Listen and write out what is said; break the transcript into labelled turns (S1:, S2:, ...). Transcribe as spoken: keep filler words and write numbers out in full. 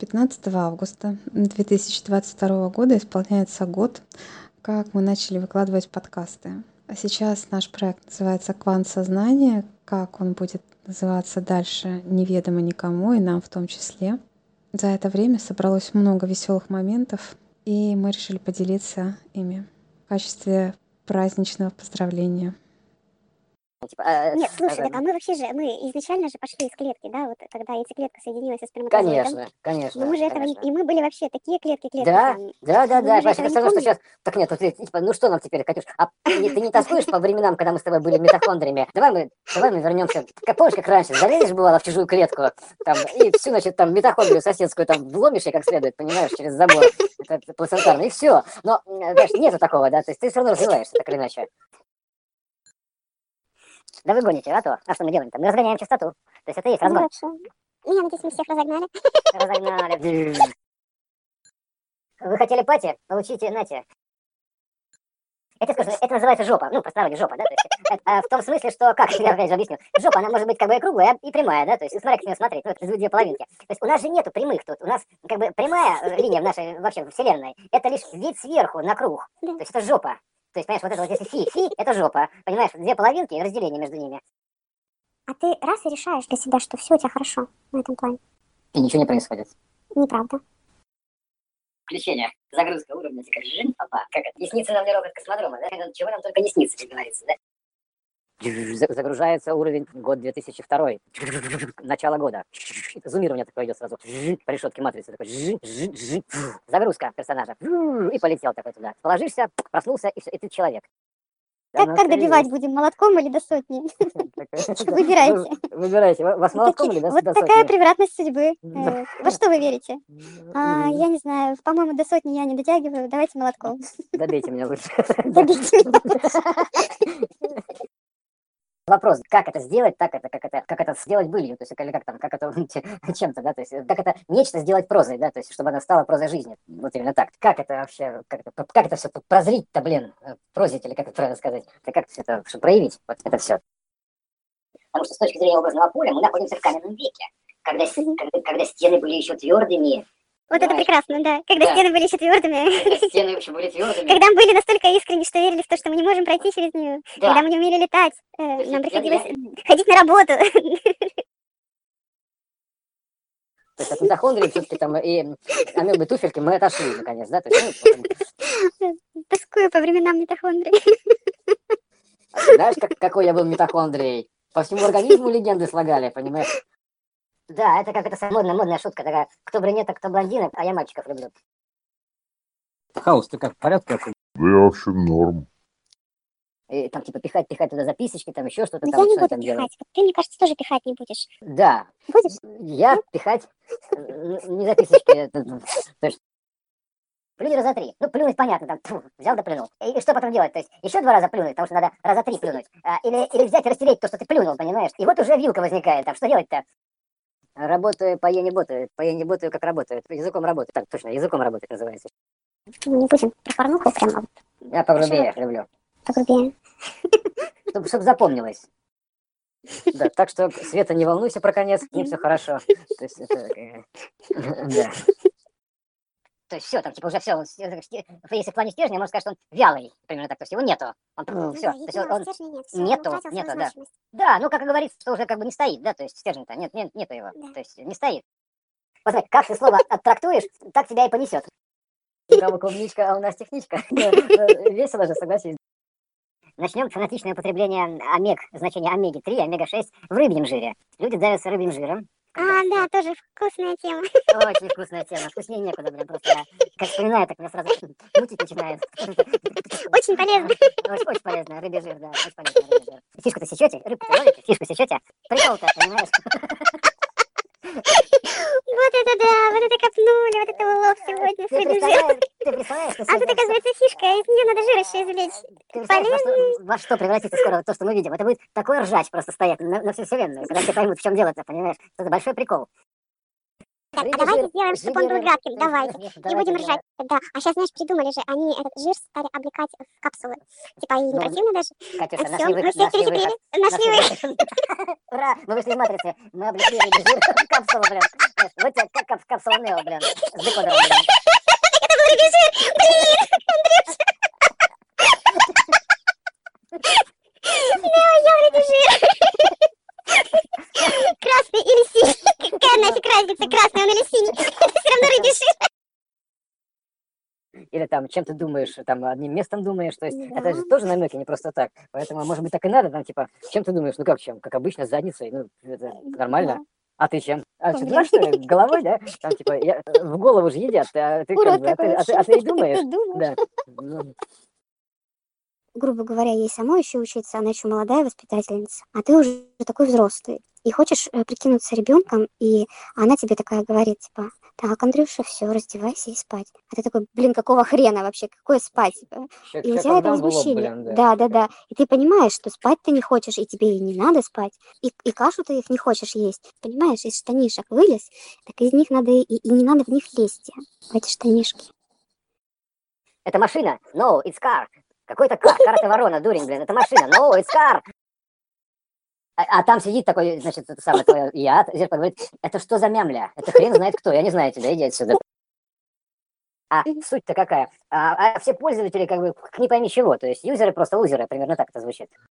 S1: пятнадцатого августа две тысячи двадцать второго года исполняется год, как мы начали выкладывать подкасты. А сейчас наш проект называется «Квант сознания». Как он будет называться дальше, неведомо никому, и нам в том числе. За это время собралось много веселых моментов, и мы решили поделиться ими в качестве праздничного поздравления.
S2: Типа, э,
S3: Нет, слушай,
S2: э,
S3: так а мы вообще же, мы изначально же пошли из клетки, да, вот когда яйцеклетка соединилась со сперматозоидом.
S2: Конечно, конечно.
S3: Но мы же этого не...
S2: конечно.
S3: И мы были вообще такие клетки-клетки
S2: Да,
S3: прям.
S2: да, да,
S3: Мы
S2: да.
S3: же
S2: Понимаешь,
S3: этого
S2: это
S3: не
S2: все равно, что
S3: помним.
S2: сейчас. Так нет, вот, типа, ну что нам теперь, Катюш? А ты, не- ты не тоскуешь по временам, когда мы с тобой были митохондриями? Давай мы, давай мы вернемся. Как помнишь, как раньше, залезешь, бывало, в чужую клетку, там, и всю, значит, там, митохондрию соседскую там вломишь ей как следует, понимаешь, через забор. Это, это плацентарно, и все. Но, м, знаешь, нету такого, да, то есть ты все равно развиваешься, так или иначе. Да вы гоните, а то. А что мы делаем там? Мы разгоняем частоту. То есть это и есть
S3: Ну,
S2: разгон.
S3: хорошо. Ну, я надеюсь, мы всех разогнали.
S2: Разогнали. Вы хотели пати? Получите, нате. Это, скажу, это называется жопа. Ну, по-старому жопа, да? То есть, это, а, в том смысле, что, как я опять же объясню, жопа, она может быть как бы и круглая, и прямая, да? То есть, смотри, как с нее смотреть, ну, это две половинки. То есть, у нас же нету прямых тут. У нас как бы прямая э, линия в нашей вообще вселенной. Это лишь вид сверху на круг.
S3: Да.
S2: То есть, это жопа. То есть, понимаешь, вот это вот если фи, фи, это жопа. Понимаешь, две половинки и разделение между ними.
S3: А ты раз и решаешь для себя, что все у тебя хорошо в этом плане.
S2: И ничего не происходит.
S3: Неправда.
S2: Включение. Загрузка уровня, как жень, опа, как это? Не снится нам мирок от космодрома, да? Чего нам только не снится, как говорится, да? Загружается уровень год две тысячи второй. Начало года. Это зумирование такое идет сразу. По решетке матрицы такой. Загрузка персонажа. И полетел такой туда. Положишься, проснулся, и все, и ты человек.
S3: Как, как добивать будем, молотком или до сотни? Выбирайте.
S2: Выбирайте. Вас молотком или до
S3: Вот
S2: сотни?
S3: такая превратность судьбы. Э, Во что вы верите? А, Я не знаю, по-моему, до сотни я не дотягиваю. Давайте молотком.
S2: Добейте меня лучше.
S3: Добейте меня.
S2: Вопрос, как это сделать, так это, как это, как это сделать былью, то есть, или как там, как это чем-то, да, то есть, как это нечто сделать прозой, да, то есть, чтобы она стала прозой жизни, вот именно так. Как это вообще, как это, как это все прозрить-то, блин, прозить, или как это правильно сказать, это как все это, чтобы проявить, вот это все. Потому что с точки зрения образного поля мы находимся в каменном веке, когда, когда, когда стены были еще твердыми.
S3: Вот это прекрасно, да. Когда
S2: Да.
S3: стены были еще твердыми.
S2: Когда стены еще были твердыми.
S3: Когда мы были настолько искренни, что верили в то, что мы не можем пройти через нее.
S2: Да.
S3: Когда мы не умели летать. э,
S2: есть
S3: Нам
S2: я-
S3: приходилось
S2: я-
S3: ходить на работу.
S2: То есть от митохондрии все-таки там и амебы туфельки мы отошли, наконец, да, то есть, ну,
S3: Тоскую по временам митохондрий.
S2: а ты знаешь, как, какой я был митохондрией? По всему организму легенды слагали, понимаешь? Да, это как это модная, модная шутка такая. Кто брюнеток, кто блондинок, а я мальчиков люблю. Хаус, ты как, в порядке?
S4: Да я вообще норм.
S2: И там типа пихать, пихать туда записочки, там еще что-то
S3: Но
S2: там.
S3: я не
S2: что
S3: буду
S2: там делать.
S3: пихать. Ты, мне кажется, тоже пихать не будешь.
S2: Да,
S3: Будешь?
S2: я пихать э, не записочки. это, То есть плюнь раза три. Ну, плюнуть понятно, там, тьфу, взял да плюнул. И, и что потом делать? То есть еще два раза плюнуть, потому что надо раза три плюнуть. А, или, или взять и растереть то, что ты плюнул, понимаешь? И вот уже вилка возникает, там, что делать-то? Работаю, по е не ботаю, по е не ботаю, как работаю. Языком работаю. Так, точно, языком работать называется.
S3: Ну, не будем про порнуху прямо
S2: Я погрубее люблю.
S3: погрубее.
S2: Чтобы чтоб запомнилось. Да, так что, Света, не волнуйся про конец, с ним все хорошо. То есть, это, э, да. То есть все, там типа уже все, если в плане стержня, можно сказать, что он вялый, примерно так, то есть его нету. Он, все, то есть он, он нету, нету, да. Да, ну как и говорится, что уже как бы не стоит, да, то есть стержень-то нет, нет, нету его,
S3: Да.
S2: то есть не стоит. Вот смотри, как ты слово оттрактуешь, так тебя и понесет. У кого клубничка, а у нас техничка. Весело же, согласись. Начнем фанатичное употребление омег, значение омеги три, омега шесть в рыбьем жире. Люди давятся рыбьим жиром.
S3: А, да, тоже вкусная тема.
S2: Очень вкусная тема, вкуснее некуда, блин, просто я как вспоминаю, так меня сразу мутить начинает.
S3: Очень полезно.
S2: Очень, очень полезно, рыбий жир, да, очень полезно, рыбий жир. Фишку-то сечете, рыбку-то ловите, фишку сечете, прикол-то, понимаешь?
S3: Вот это да, вот это копнули, вот это улов сегодня с
S2: Ты
S3: рыбьим жиром.
S2: представляешь, ты представляешь, что
S3: А тут, оказывается, фишка, из нее надо жир еще извлечь.
S2: Ты представляешь, во что, во что превратится скоро то, что мы видим? Это будет такой ржач просто стоять на, на всю вселенную, когда все поймут, в чем дело-то, понимаешь? Это большой прикол.
S3: Так, а
S2: Рыбий
S3: давайте
S2: жир,
S3: сделаем, чтобы он был
S2: жир,
S3: гладким,
S2: жир,
S3: давайте.
S2: жир,
S3: И
S2: давайте,
S3: будем
S2: да.
S3: ржать. Да, а сейчас, знаешь, придумали же, они этот жир стали облекать в капсулы. Типа, и не
S2: Ну,
S3: противно даже.
S2: Катюша,
S3: А
S2: нашли
S3: все, мы
S2: выход,
S3: все
S2: нашли
S3: перетерпели.
S2: выход.
S3: Нашли выход.
S2: выход. Ура, мы вышли из матрицы, мы облекли рыбий жир в капсулу, блин. Знаешь, вот тебе как в капсулу. Солнео, блин, с декодером, блин.
S3: Это был режиссер. Блин, Андрюша. Да, я режиссер. Красный или синий? Какая нафиг разница, красный он или синий? Это все равно режиссер.
S2: Или там, чем ты думаешь, там, одним местом думаешь, то есть
S3: Да.
S2: это же тоже намеки, не просто так. Поэтому, может быть, так и надо, там, типа, чем ты думаешь? Ну как чем? Как обычно, задницей, ну, это нормально.
S3: Да.
S2: А ты чем? А что,
S3: Блин.
S2: знаешь, что ли, головой, да? Там, типа, я- в голову же едят, а ты как
S3: Урод
S2: бы, а ты,
S3: какой
S2: а ты,
S3: вообще.
S2: а ты и
S3: Ты
S2: думаешь?
S3: как думаешь?
S2: Да. Ну,
S3: Грубо говоря, ей самой еще учиться, она еще молодая воспитательница, а ты уже такой взрослый. И хочешь э, прикинуться ребенком, и она тебе такая говорит, типа, так, Андрюша, все, раздевайся и спать. А ты такой, блин, какого хрена вообще, какое спать? Типа?
S2: ща-
S3: И у
S2: ща
S3: тебя это
S2: как дам в лоб,
S3: возмущение.
S2: блин, да.
S3: Да, да, да. И ты понимаешь, что спать ты не хочешь, и тебе и не надо спать. И, и кашу ты их не хочешь есть. Понимаешь, из штанишек вылез, так из них надо, и, и не надо в них лезть, в эти штанишки.
S2: Это машина. No, it's car. Какой-то кар. Кар это ворона, дурень, блин. Это машина. No, it's car. А, а там сидит такой, значит, это самое твое я, зеркало говорит, это что за мямля? Это хрен знает кто. Я не знаю тебя, иди отсюда. А суть-то какая? А, а все пользователи как бы к не пойми чего. То есть юзеры просто лузеры, примерно так это звучит.